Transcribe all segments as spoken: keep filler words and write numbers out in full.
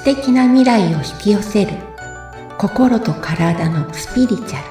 敵な未来を引き寄せる心と体のスピリチュアル。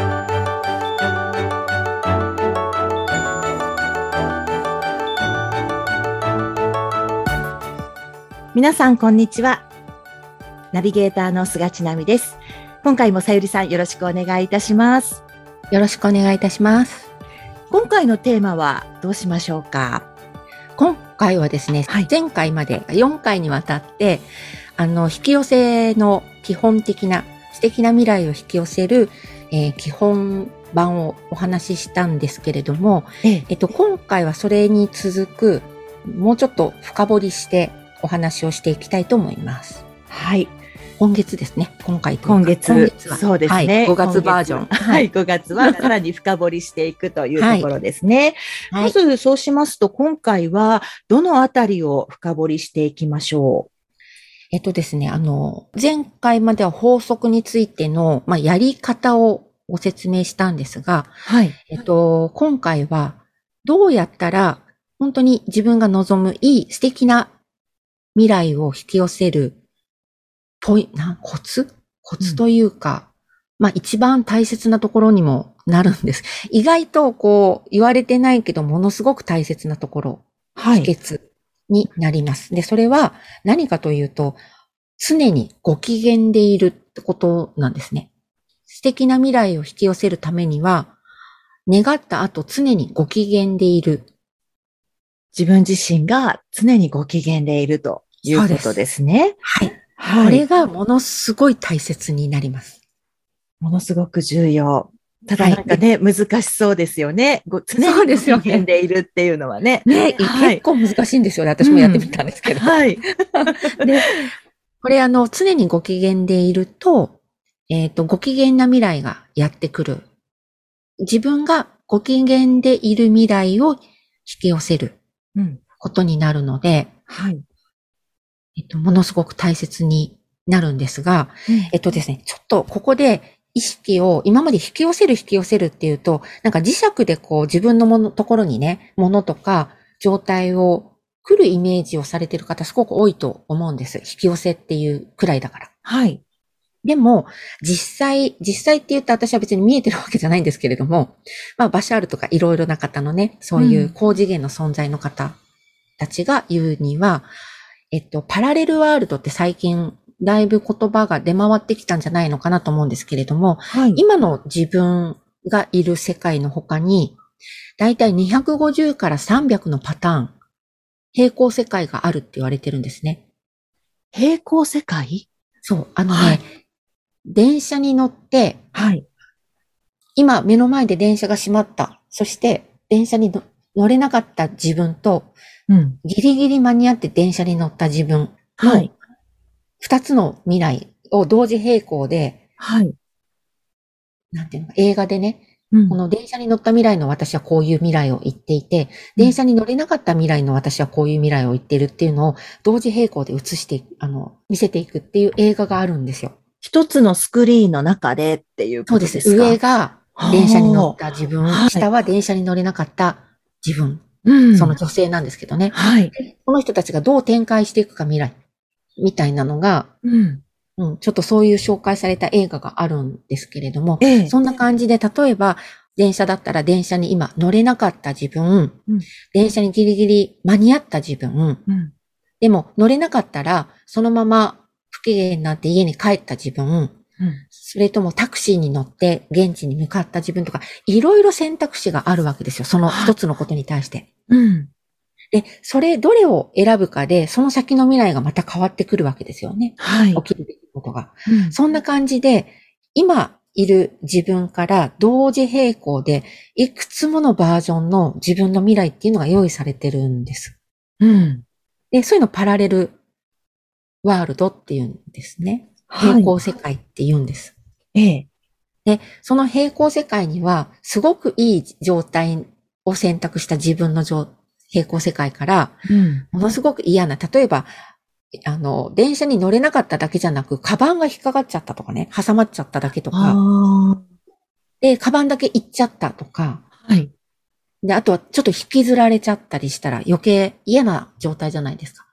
皆さんこんにちは。ナビゲーターの菅千奈美です。今回もさゆりさんよろしくお願いいたします。 よろしくお願いいたします。 今回のテーマはどうしましょうか？ 今回はですね、はい、前回までよんかいにわたってあの引き寄せの基本的な素敵な未来を引き寄せる、えー、基本版をお話ししたんですけれども、えええっと、今回はそれに続くもうちょっと深掘りしてお話をしていきたいと思います。 はい。 今月ですね。今回というか今月。 今月はそうですね、 はい。ごがつバージョン。 はい。ごがつはさらに深掘りしていくというところですね。はい、まずそうしますと、今回はどのあたりを深掘りしていきましょう？ えっとですね、あの、前回までは法則についての、まあ、やり方をご説明したんですが、はい。えっと、今回はどうやったら本当に自分が望むいい素敵な未来を引き寄せるポイ、な、コツコツというか、うん、まあ一番大切なところにもなるんです。意外とこう言われてないけどものすごく大切なところ、はい、秘訣になります。で、それは何かというと、常にご機嫌でいるってことなんですね。素敵な未来を引き寄せるためには、願った後常にご機嫌でいる。 自分自身が常にご機嫌でいるということですね。 はい。はい。これがものすごい大切になります。 ものすごく重要。ただなんかね、はい、難しそうですよね。ご常にご機嫌でいるっていうのはね。 ね、はい、結構難しいんですよね。私もやってみたんですけど。うん、はい。で、これあの、常にご機嫌でいると、えっと、ご機嫌な未来がやってくる。自分がご機嫌でいる未来を引き寄せることになるので、うん、はい。えっと、ものすごく大切になるんですが、うん、えっとですね、ちょっとここで意識を今まで引き寄せる引き寄せるっていうと、なんか磁石でこう自分のもの、ところにね、ものとか状態を来るイメージをされている方すごく多いと思うんです。引き寄せっていうくらいだから。はい。でも、実際、実際って言ったら私は別に見えてるわけじゃないんですけれども、まあ、バシャールとかいろいろな方のね、そういう高次元の存在の方たちが言うには、うん、えっと、パラレルワールドって最近、だいぶ言葉が出回ってきたんじゃないのかなと思うんですけれども、はい、今の自分がいる世界の他に、だいたいにひゃくごじゅうからさんびゃくのパターン、平行世界があるって言われてるんですね。 平行世界？ そう、あのね、はい、電車に乗って、 はい、 今目の前で電車が閉まった。そして電車に乗れなかった自分と、うん、ギリギリ間に合って電車に乗った自分の二つの未来を同時並行で、はい、なんていうの、映画でね、うん、この電車に乗った未来の私はこういう未来を言っていて、電車に乗れなかった未来の私はこういう未来を言っているっていうのを同時並行で映して、あの、見せていくっていう映画があるんですよ。 一つのスクリーンの中でっていうことですか？ そうです。上が電車に乗った自分、はい、下は電車に乗れなかった自分、うん、その女性なんですけどね。はい。この人たちがどう展開していくか未来、みたいなのが、うんうん、ちょっとそういう紹介された映画があるんですけれども、ええ、そんな感じで、例えば、電車だったら電車に今乗れなかった自分、うん、電車にギリギリ間に合った自分、うん、でも乗れなかったら、そのまま不機嫌になって家に帰った自分、うん、それともタクシーに乗って現地に向かった自分とか、いろいろ選択肢があるわけですよ。その一つのことに対して。うんで、それ、どれを選ぶかで、その先の未来がまた変わってくるわけですよね。はい。起きるべきことが。うん、そんな感じで、今いる自分から同時並行で、いくつものバージョンの自分の未来っていうのが用意されてるんです。うん。で、そういうのパラレルワールドっていうんですね。平行世界って言うんです。はい、ええ。で、その平行世界には、すごくいい状態を選択した自分の状態、平行世界から、ものすごく嫌な、例えば、あの、電車に乗れなかっただけじゃなく、カバンが引っかかっちゃったとかね、挟まっちゃっただけとか、で、カバンだけ行っちゃったとか、はい。で、あとはちょっと引きずられちゃったりしたら余計嫌な状態じゃないですか。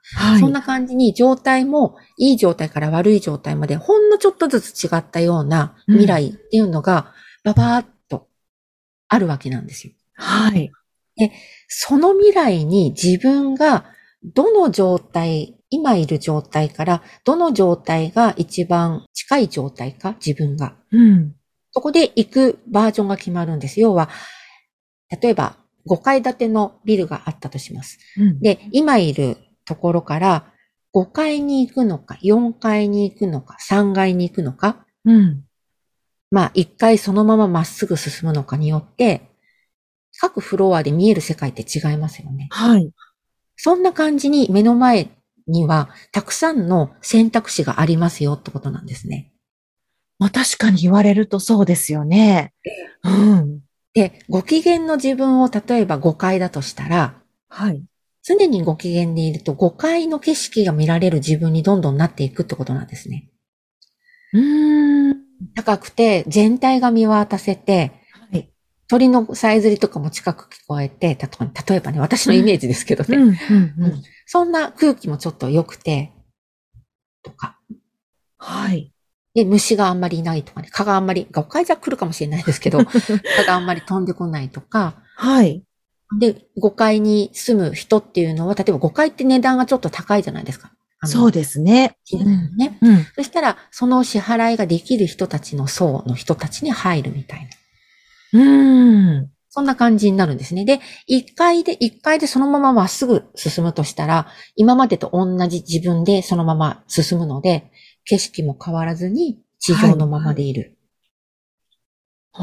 はい、そんな感じに状態もいい状態から悪い状態までほんのちょっとずつ違ったような未来っていうのがババーっとあるわけなんですよ。 はい。 で、その未来に自分がどの状態、今いる状態からどの状態が一番近い状態か、自分が。うん。そこで行くバージョンが決まるんです。要は、例えばごかい建てのビルがあったとします。うん、で、今いるところからごかいに行くのか、よんかいに行くのか、さんがいに行くのか。うん。まあ、いっかいそのまままっすぐ進むのかによって、各フロアで見える世界って違いますよね。はい。そんな感じに目の前にはたくさんの選択肢がありますよってことなんですね。 まあ確かに言われるとそうですよね。うん。 で、ご機嫌の自分を例えばごかいだとしたら、はい。常にご機嫌でいるとごかいの景色が見られる自分にどんどんなっていくってことなんですね。うーん。高くて全体が見渡せて、はい。鳥のさえずりとかも近く聞こえて、例えばね、私のイメージですけどね。うんうんうんうん、そんな空気もちょっと良くて、とか。はい。で、虫があんまりいないとかね、蚊があんまり、ごかいじゃ来るかもしれないですけど、蚊があんまり飛んでこないとか。はい。で、ごかいに住む人っていうのは、例えばごかいって値段がちょっと高いじゃないですか。 そうですね。 うんねうん、そしたら、その支払いができる人たちの層の人たちに入るみたいな。うーん。そんな感じになるんですね。で、いっかいで、いっかいでそのまままっすぐ進むとしたら、今までと同じ自分でそのまま進むので、景色も変わらずに地上のままでいる。はい、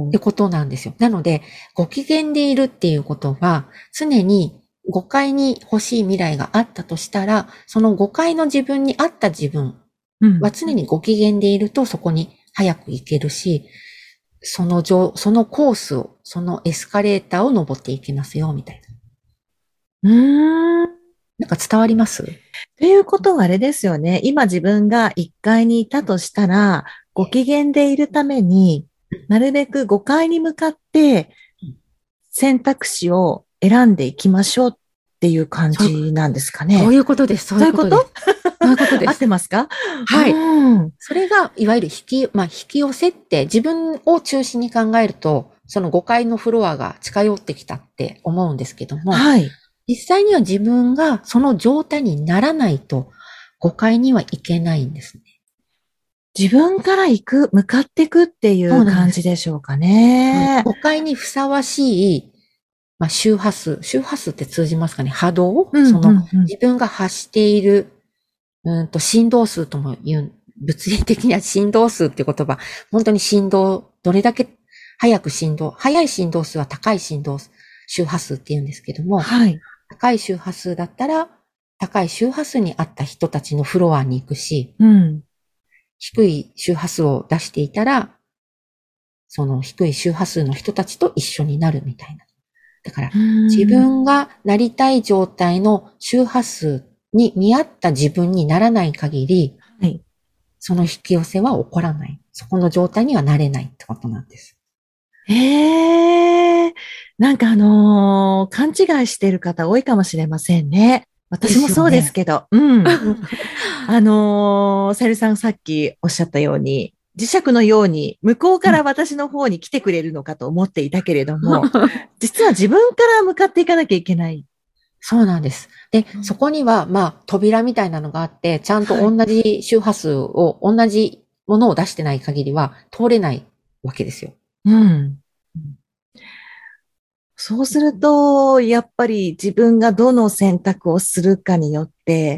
ってことなんですよ。なので、ご機嫌でいるっていうことは、常にごかいに欲しい未来があったとしたら、そのごかいの自分に合った自分は常にご機嫌でいるとそこに早く行けるし、その上、そのコースを、そのエスカレーターを登っていきますよ、みたいな。うーん。なんか伝わります？ ということはあれですよね。今自分がいっかいにいたとしたら、ご機嫌でいるために、なるべくごかいに向かって選択肢を選んでいきましょうっていう感じなんですかね。 そういうことです。そういうことです。そういうことです。 合ってますか？ はい。うん、それが、いわゆる引き、まあ、引き寄せって自分を中心に考えると、そのごかいのフロアが近寄ってきたって思うんですけども、はい。実際には自分がその状態にならないとごかいには行けないんですね。 自分から行く、向かっていくっていう感じでしょうかね。 ごかいにふさわしい、まあ、周波数、周波数って通じますかね、波動、うんうんうん、その自分が発している、うんと振動数とも言う、物理的には振動数っていう言葉、本当に振動、どれだけ早く振動、早い振動数は高い振動、周波数って言うんですけども、はい、高い周波数だったら、高い周波数に合った人たちのフロアに行くし、うん、低い周波数を出していたら、その低い周波数の人たちと一緒になるみたいな。だから、自分がなりたい状態の周波数に見合った自分にならない限り、はい、その引き寄せは起こらない。そこの状態にはなれないってことなんです。 へえ、なんかあのー、勘違いしている方多いかもしれませんね。私もそうですけど。ね、うん。あのー、さゆりさんさっきおっしゃったように、磁石のように向こうから私の方に来てくれるのかと思っていたけれども、実は自分から向かっていかなきゃいけない。 そうなんです。で、うん、そこには、まあ、扉みたいなのがあって、ちゃんと同じ周波数を、はい、同じものを出してない限りは通れないわけですよ。うん。 そうすると、やっぱり自分がどの選択をするかによって、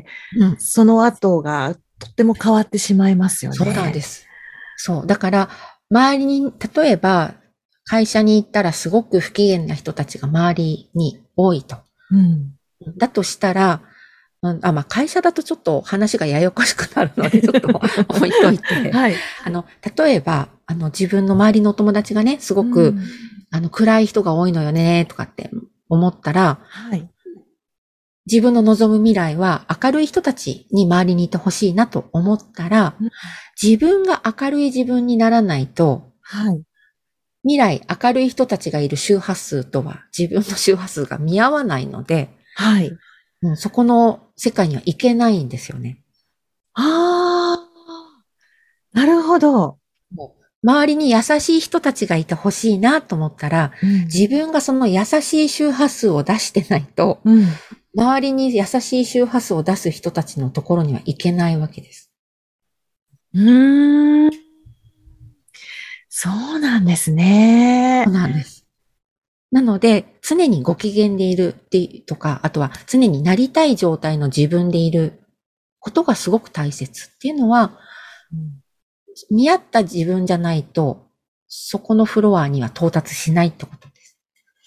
うん、その後がとっても変わってしまいますよね。 そうなんです。そう。だから、周りに、例えば、会社に行ったらすごく不機嫌な人たちが周りに多いと。うん、だとしたら、あ、まあ、会社だとちょっと話がややこしくなるので、ちょっと置いといて。はい。あの、例えば、あの、自分の周りのお友達がね、すごく、うん、あの、暗い人が多いのよね、とかって思ったら、はい。自分の望む未来は明るい人たちに周りにいてほしいなと思ったら、うん、自分が明るい自分にならないと、はい。未来明るい人たちがいる周波数とは自分の周波数が見合わないので、はい。うん、そこの世界には行けないんですよね。 ああ、なるほど。 もう周りに優しい人たちがいてほしいなと思ったら、うん、自分がその優しい周波数を出してないと、うん、周りに優しい周波数を出す人たちのところには行けないわけです。 うーん。そうなんですね。 そうなんです。なので、常にご機嫌でいるっていうとか、あとは常になりたい状態の自分でいることがすごく大切っていうのは、うん、見合った自分じゃないと、そこのフロアには到達しないってことです。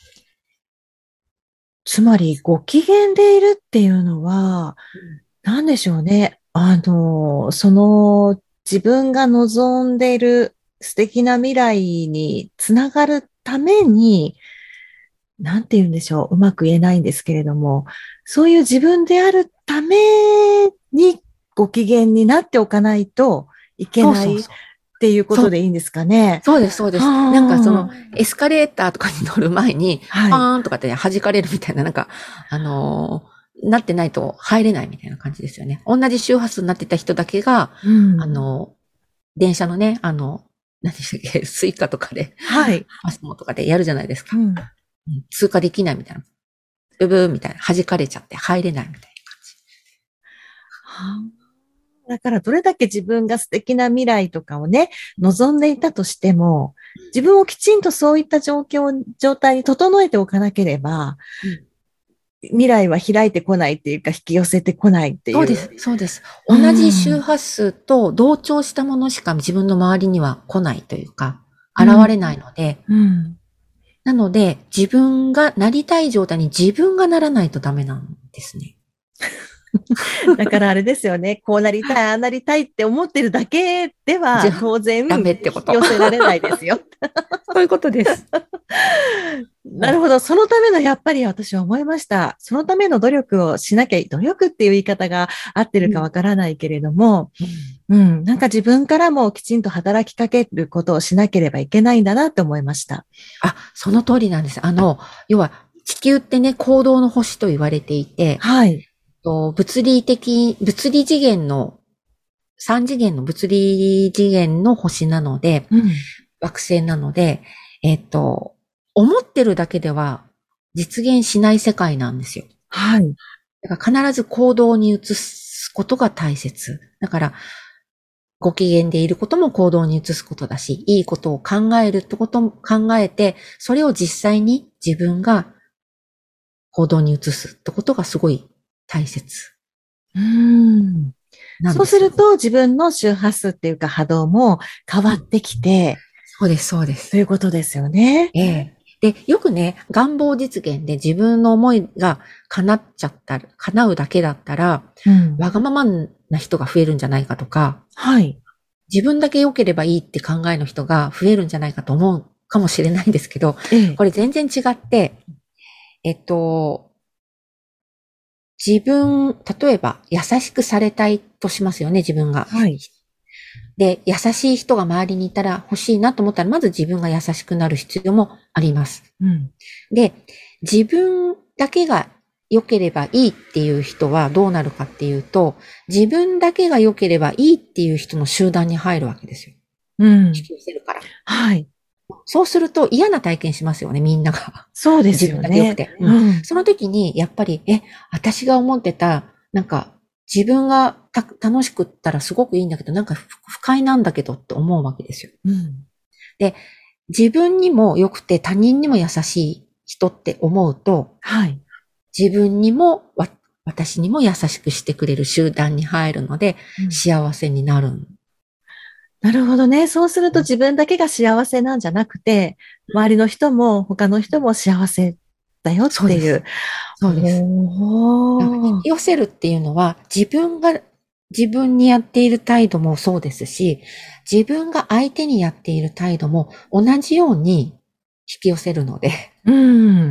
つまり、ご機嫌でいるっていうのは、うん、なんでしょうね。あの、その自分が望んでいる素敵な未来につながるために、なんて言うんでしょう。うまく言えないんですけれども、そういう自分であるためにご機嫌になっておかないといけないっていうことでいいんですかね。 そうです、そうです。なんかそのエスカレーターとかに乗る前に、はい、パーンとかって弾かれるみたいな、なんか、あのー、なってないと入れないみたいな感じですよね。同じ周波数になってた人だけが、うん、あの、電車のね、あの、何でしたっけ、スイカとかで、はい。パスモとかでやるじゃないですか。うん、通過できないみたいな。ブブーみたいな。弾かれちゃって入れないみたいな感じ。 はあ、だからどれだけ自分が素敵な未来とかをね、望んでいたとしても、自分をきちんとそういった状況、状態に整えておかなければ、うん未来は開いてこないっていうか、引き寄せてこないっていう。 そうです、そうです。同じ周波数と同調したものしか自分の周りには来ないというか、現れないので、うんうん、なので、自分がなりたい状態に自分がならないとダメなんですね。 だからあれですよね。こうなりたい、ああなりたいって思ってるだけでは、当然、 ダメってこと。 引き寄せられないですよ。 そういうことです。 なるほど。そのための、やっぱり私は思いました。そのための努力をしなきゃ、努力っていう言い方が合ってるかわからないけれども、うん、うん。なんか自分からもきちんと働きかけることをしなければいけないんだなって思いました。 あ、その通りなんです。あの、要は、地球ってね、行動の星と言われていて、はい。物理的、物理次元の、三次元の物理次元の星なので、うん、惑星なので、えっと、思ってるだけでは実現しない世界なんですよ。はい。だから必ず行動に移すことが大切。だから、ご機嫌でいることも行動に移すことだし、いいことを考えるってことも考えて、それを実際に自分が行動に移すってことがすごい大切。 うーん。そうすると自分の周波数っていうか波動も変わってきて、 うん、そうです、そうです。 ということですよね。 ええ。で、よくね、願望実現で自分の思いが叶っちゃったら、叶うだけだったら、うん、わがままな人が増えるんじゃないかとか、はい。自分だけ良ければいいって考えの人が増えるんじゃないかと思うかもしれないんですけど、ええ、これ全然違って、えっと、自分、例えば優しくされたいとしますよね、自分が。はい。で、優しい人が周りにいたら欲しいなと思ったら、まず自分が優しくなる必要もあります。うん、で、自分だけが良ければいいっていう人はどうなるかっていうと、自分だけが良ければいいっていう人の集団に入るわけですよ。うん。引き寄せるから。はい。そうすると嫌な体験しますよね、みんなが。 そうですよね。 自分だけ良くて。うん。その時に、やっぱり、え、私が思ってた、なんか、自分が楽しくったらすごくいいんだけど、なんか不快なんだけどって思うわけですよ。うん、で、自分にも良くて他人にも優しい人って思うと、はい、自分にも私にも優しくしてくれる集団に入るので、うん、幸せになる。 なるほどね。そうすると自分だけが幸せなんじゃなくて、周りの人も他の人も幸せだよっていう。 そうです。引き寄せるっていうのは、自分が自分にやっている態度もそうですし、自分が相手にやっている態度も同じように引き寄せるので、うん。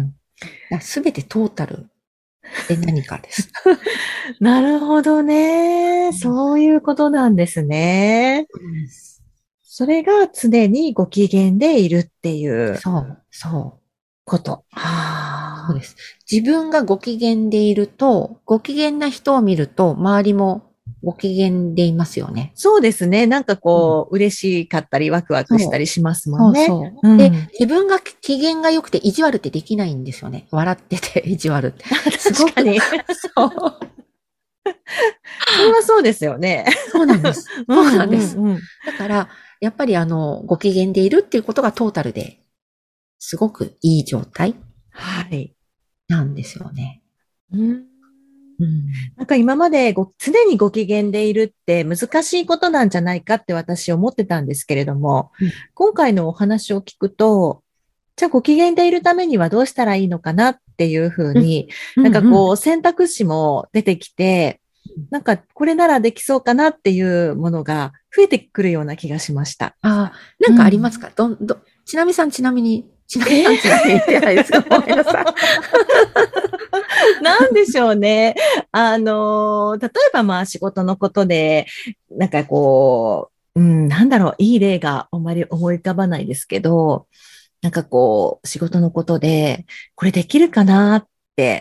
すべてトータルで何かです。 なるほどね。そういうことなんですね。うん、それが常にご機嫌でいるっていう。 そう、そう。 こと。はそうです。自分がご機嫌でいると、ご機嫌な人を見ると、周りもご機嫌でいますよね。 そうですね。なんかこう、うん、嬉しかったり、ワクワクしたりしますもんね。 そうそう、うん、で、自分が機嫌が良くて意地悪ってできないんですよね。笑ってて意地悪って。 確かに。そう。それはそうですよね。 そうなんです。そうなんです。うんうんうん、だから、やっぱりあの、ご機嫌でいるっていうことがトータルですごくいい状態はい。 なんですよね。 うん、うん、なんか今までご常にご機嫌でいるって難しいことなんじゃないかって私思ってたんですけれども、うん、今回のお話を聞くと、じゃあご機嫌でいるためにはどうしたらいいのかなっていうふうに、うん、なんかこう選択肢も出てきて、なんかこれならできそうかなっていうものが増えてくるような気がしました。 ああ、なんかありますか、うん、ど、ど、ちなみさんちなみに、ちなみさんちなみに言ってないですか、ごめんなさい。 なんでしょうね。あの、例えばまあ仕事のことで、なんかこう、うん、なんだろう、いい例があまり思い浮かばないですけど、なんかこう、仕事のことで、これできるかなって、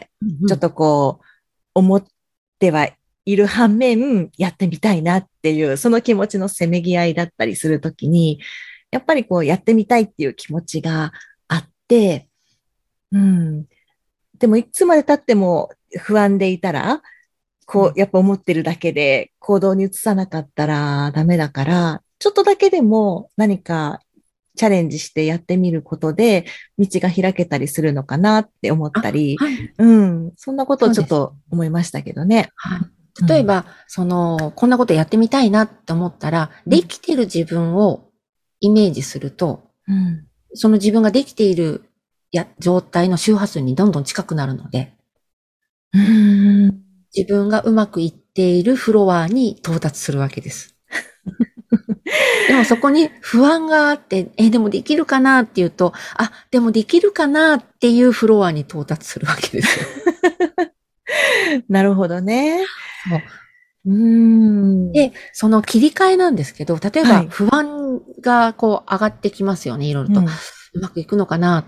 ちょっとこう、思ってはいる反面、やってみたいなっていう、その気持ちのせめぎ合いだったりするときに、やっぱりこう、やってみたいっていう気持ちがあって、うん。でも、いつまで経っても不安でいたら、こう、やっぱ思ってるだけで行動に移さなかったらダメだから、ちょっとだけでも何かチャレンジしてやってみることで、道が開けたりするのかなって思ったり、はい、うん、そんなことをちょっと思いましたけどね。 はい、例えば、うん、その、こんなことやってみたいなって思ったら、うん、できてる自分をイメージすると、うん、その自分ができているや状態の周波数にどんどん近くなるので、 うーん、 自分がうまくいっているフロアに到達するわけです。でもそこに不安があって、え、でもできるかなっていうと、あ、でもできるかなっていうフロアに到達するわけですよ。 なるほどね。 そう。 うーんで、その切り替えなんですけど、例えば不安がこう上がってきますよね、いろいろと。うん、うまくいくのかなって。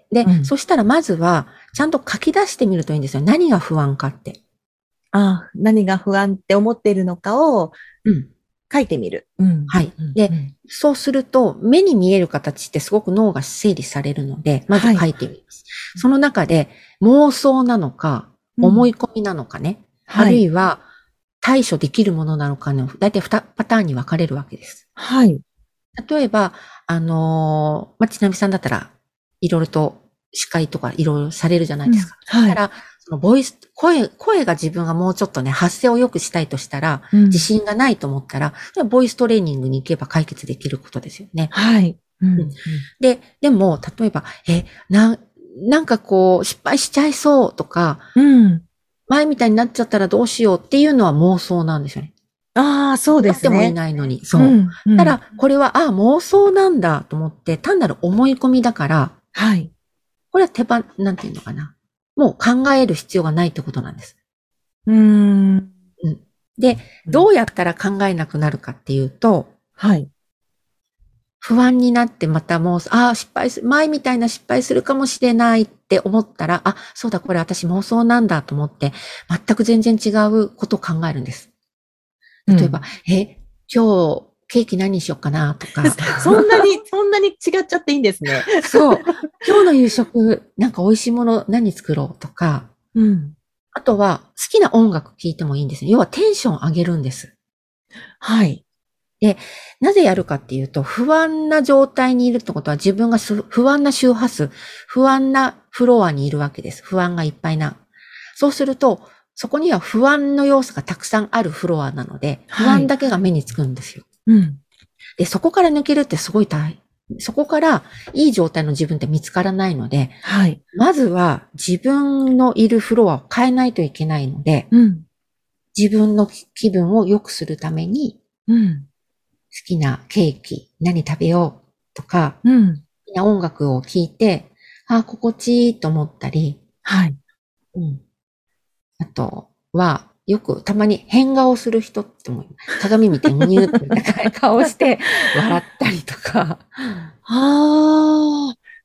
で、うん、そしたらまずは、ちゃんと書き出してみるといいんですよ。何が不安かって。 ああ、何が不安って思っているのかを、書いてみる。 うん、はい。で、うん、そうすると、目に見える形ってすごく脳が整理されるので、まず書いてみます。はい、その中で、妄想なのか、思い込みなのかね。うん、あるいは、対処できるものなのかの、だいたいにパターンに分かれるわけです。 はい。 例えば、あのー、まあ、ちなみさんだったら、いろいろと司会とかいろいろされるじゃないですか。うん、はい。だから、そのボイス、声、声が自分がもうちょっとね、発声を良くしたいとしたら、うん、自信がないと思ったら、ボイストレーニングに行けば解決できることですよね。 はい。 うん、で、でも、例えば、え、な、なんかこう、失敗しちゃいそうとか、うん、前みたいになっちゃったらどうしようっていうのは妄想なんですよね。 ああ、そうですね。 やってもいないのに。そう。うんうん、ただ、これは、ああ、妄想なんだと思って、単なる思い込みだから、 はい。 これは手ば、なんていうのかな。もう考える必要がないってことなんです。 うーん。うん、 で、どうやったら考えなくなるかっていうと、 はい。 不安になってまたもう、ああ、失敗する、前みたいな失敗するかもしれないって思ったら、あ、そうだ、これ私妄想なんだと思って、全く全然違うことを考えるんです。例えば、うん、え、今日、ケーキ何にしようかなとか。 そんなに、そんなに違っちゃっていいんですね。 そう。今日の夕食、なんか美味しいもの何作ろうとか。うん。あとは、好きな音楽聴いてもいいんですね。要はテンション上げるんです。 はい。 で、なぜやるかっていうと、不安な状態にいるってことは自分が不安な周波数、不安なフロアにいるわけです。不安がいっぱいな。そうすると、そこには不安の要素がたくさんあるフロアなので、不安だけが目につくんですよ。はい、うん。で、そこから抜けるってすごい大変。そこからいい状態の自分って見つからないので、はい。まずは自分のいるフロアを変えないといけないので、うん。自分の気分を良くするために、うん。好きなケーキ、何食べようとか、うん。好きな音楽を聴いて、ああ、心地いいと思ったり、はい。うん。あとは、よくたまに変顔する人っても鏡見てニューって顔して笑ったりとか。 ああ、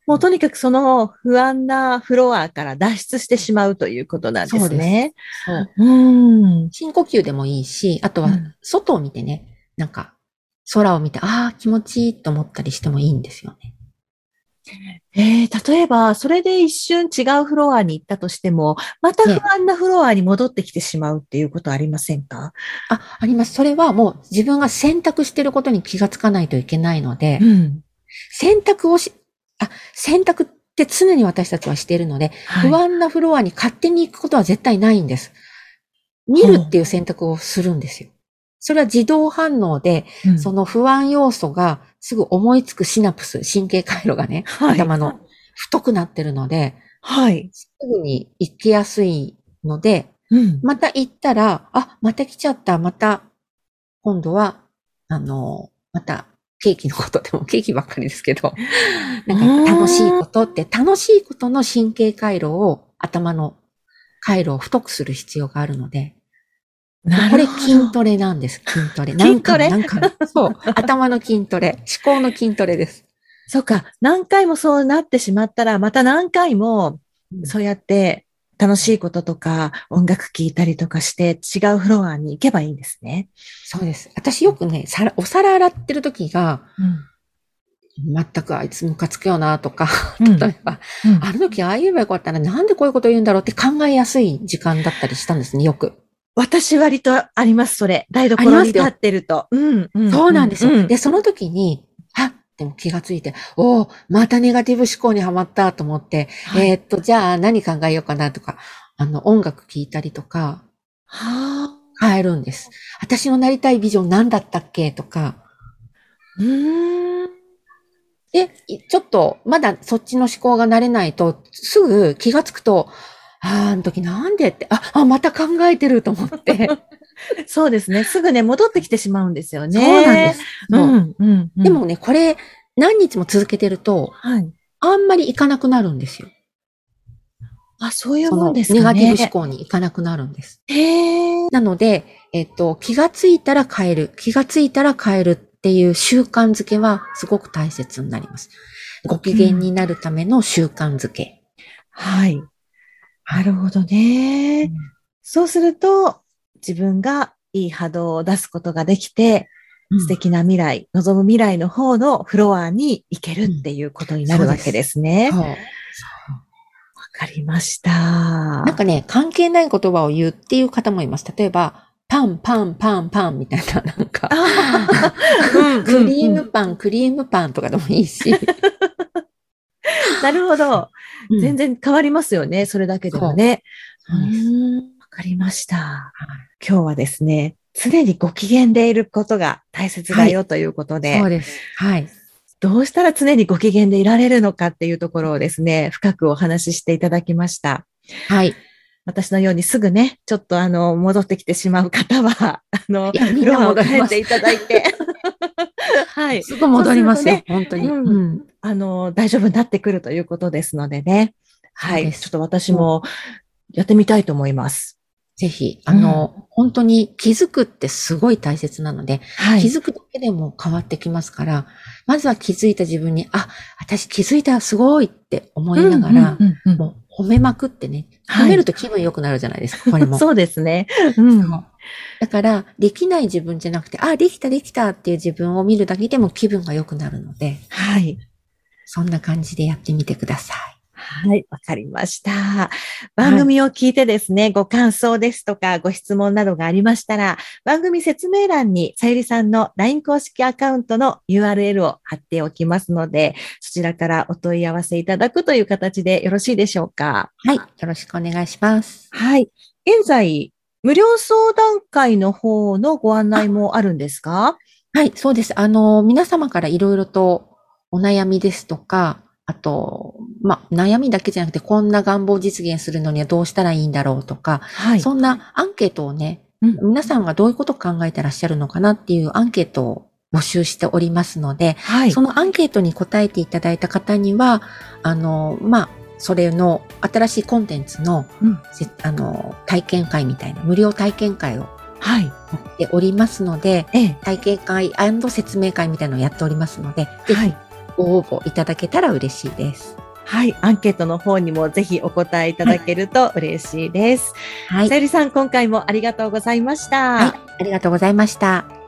もうとにかくその不安なフロアから脱出してしまうということなんですね。 そうです。 そう。うん。 深呼吸でもいいし、あとは外を見てね、うん、なんか空を見て、ああ、気持ちいいと思ったりしてもいいんですよね。 えー、例えば、それで一瞬違うフロアに行ったとしても、また不安なフロアに戻ってきてしまうっていうことありませんか？ あ、あります。それはもう自分が選択していることに気がつかないといけないので、 うん、 選択をし、あ、選択って常に私たちはしているので、はい、不安なフロアに勝手に行くことは絶対ないんです。見るっていう選択をするんですよ。それは自動反応で、うん、その不安要素がすぐ思いつくシナプス、神経回路がね、はい、頭の太くなってるので、はい、すぐに行きやすいので、うん、また行ったら、あ、また来ちゃった、また、今度は、あの、また、ケーキのことでも、ケーキばっかりですけど、なんか楽しいことって、楽しいことの神経回路を、頭の回路を太くする必要があるので、これ筋トレなんです、筋トレ。 筋トレ何回も何回も。そう、頭の筋トレ、思考の筋トレです。 そうか、何回もそうなってしまったら、また何回も、そうやって、楽しいこととか、音楽聴いたりとかして違うフロアに行けばいいんですね。 そうです。私よくね、お皿洗ってる時が、うん、全くあいつムカつくよなとか、例えば、うんうん、あの時ああ言えばよかったらなんでこういうこと言うんだろうって考えやすい時間だったりしたんですね、よく。 私割とあります、それ。台所に立ってると。 うんうん、そうなんですよ、うん。で、その時に、はっでも気がついて、おー、またネガティブ思考にはまったと思って、はい、えー、っと、じゃあ何考えようかなとか、あの、音楽聴いたりとか、は変えるんです。私のなりたいビジョン何だったっけとか。うーん。で、ちょっと、まだそっちの思考が慣れないと、すぐ気がつくと、ああ、あの時なんでって、あ、あ、また考えてると思って。 そうですね。すぐね、戻ってきてしまうんですよね。 そうなんです。そううんうんうん、でもね、これ、何日も続けてると、はい、あんまりいかなくなるんですよ。 あ、そういうもんですかね。 ネガティブ思考にいかなくなるんです。へー。なので、えっと、気がついたら変える、気がついたら変えるっていう習慣づけはすごく大切になります。ご機嫌になるための習慣づけ。 うん、はい。なるほどね、うん。そうすると、自分がいい波動を出すことができて、うん、素敵な未来、望む未来の方のフロアに行けるっていうことになるわけですね。うん、そうです。そう。わかりました。 なんかね、関係ない言葉を言うっていう方もいます。例えば、パン、パン、パン、パンみたいな、なんか、クリームパン、クリームパンとかでもいいし。 なるほど、うん。全然変わりますよね。それだけでもね。そうです。わかりました。今日はですね、常にご機嫌でいることが大切だよということで。 はい、そうです。はい。 どうしたら常にご機嫌でいられるのかっていうところをですね、深くお話ししていただきました。 はい。 私のようにすぐね、ちょっとあの、戻ってきてしまう方は、あの、フロアを変えていただいて。はい。 すぐ戻りますよ、ね、本当に、うん。 うん。あの、大丈夫になってくるということですのでね。はい。ちょっと私もやってみたいと思います。 ぜひ、あの、うん、本当に気づくってすごい大切なので、はい、気づくだけでも変わってきますから、まずは気づいた自分に、あ、私気づいたらすごいって思いながら、うんうんうんうん、もう褒めまくってね、褒めると気分良くなるじゃないですか、はい、これも。 そうですね。うん、 そうだから、できない自分じゃなくて、あ、できたできたっていう自分を見るだけでも気分が良くなるので、 はい。 そんな感じでやってみてください。 はい、わかりました。番組を聞いてですね、はい、ご感想ですとかご質問などがありましたら、番組説明欄にさゆりさんの ライン 公式アカウントの ユーアールエル を貼っておきますので、そちらからお問い合わせいただくという形でよろしいでしょうか。 はい、よろしくお願いします。 はい。現在、無料相談会の方のご案内もあるんですか？ はい、そうです。あの、皆様からいろいろとお悩みですとか、あと、まあ、悩みだけじゃなくて、こんな願望実現するのにはどうしたらいいんだろうとか、はい、そんなアンケートをね、うん、皆さんがどういうことを考えてらっしゃるのかなっていうアンケートを募集しておりますので、はい、そのアンケートに答えていただいた方には、あの、まあ、それの新しいコンテンツの、うん、あの、体験会みたいな、無料体験会をはい。やっておりますので、ええ、体験会&説明会みたいなのをやっておりますので、ぜひ、 ご応募いただけたら嬉しいです。 はい。アンケートの方にもぜひお答えいただけると嬉しいです。はい。さゆりさん、今回もありがとうございました。 はい。ありがとうございました。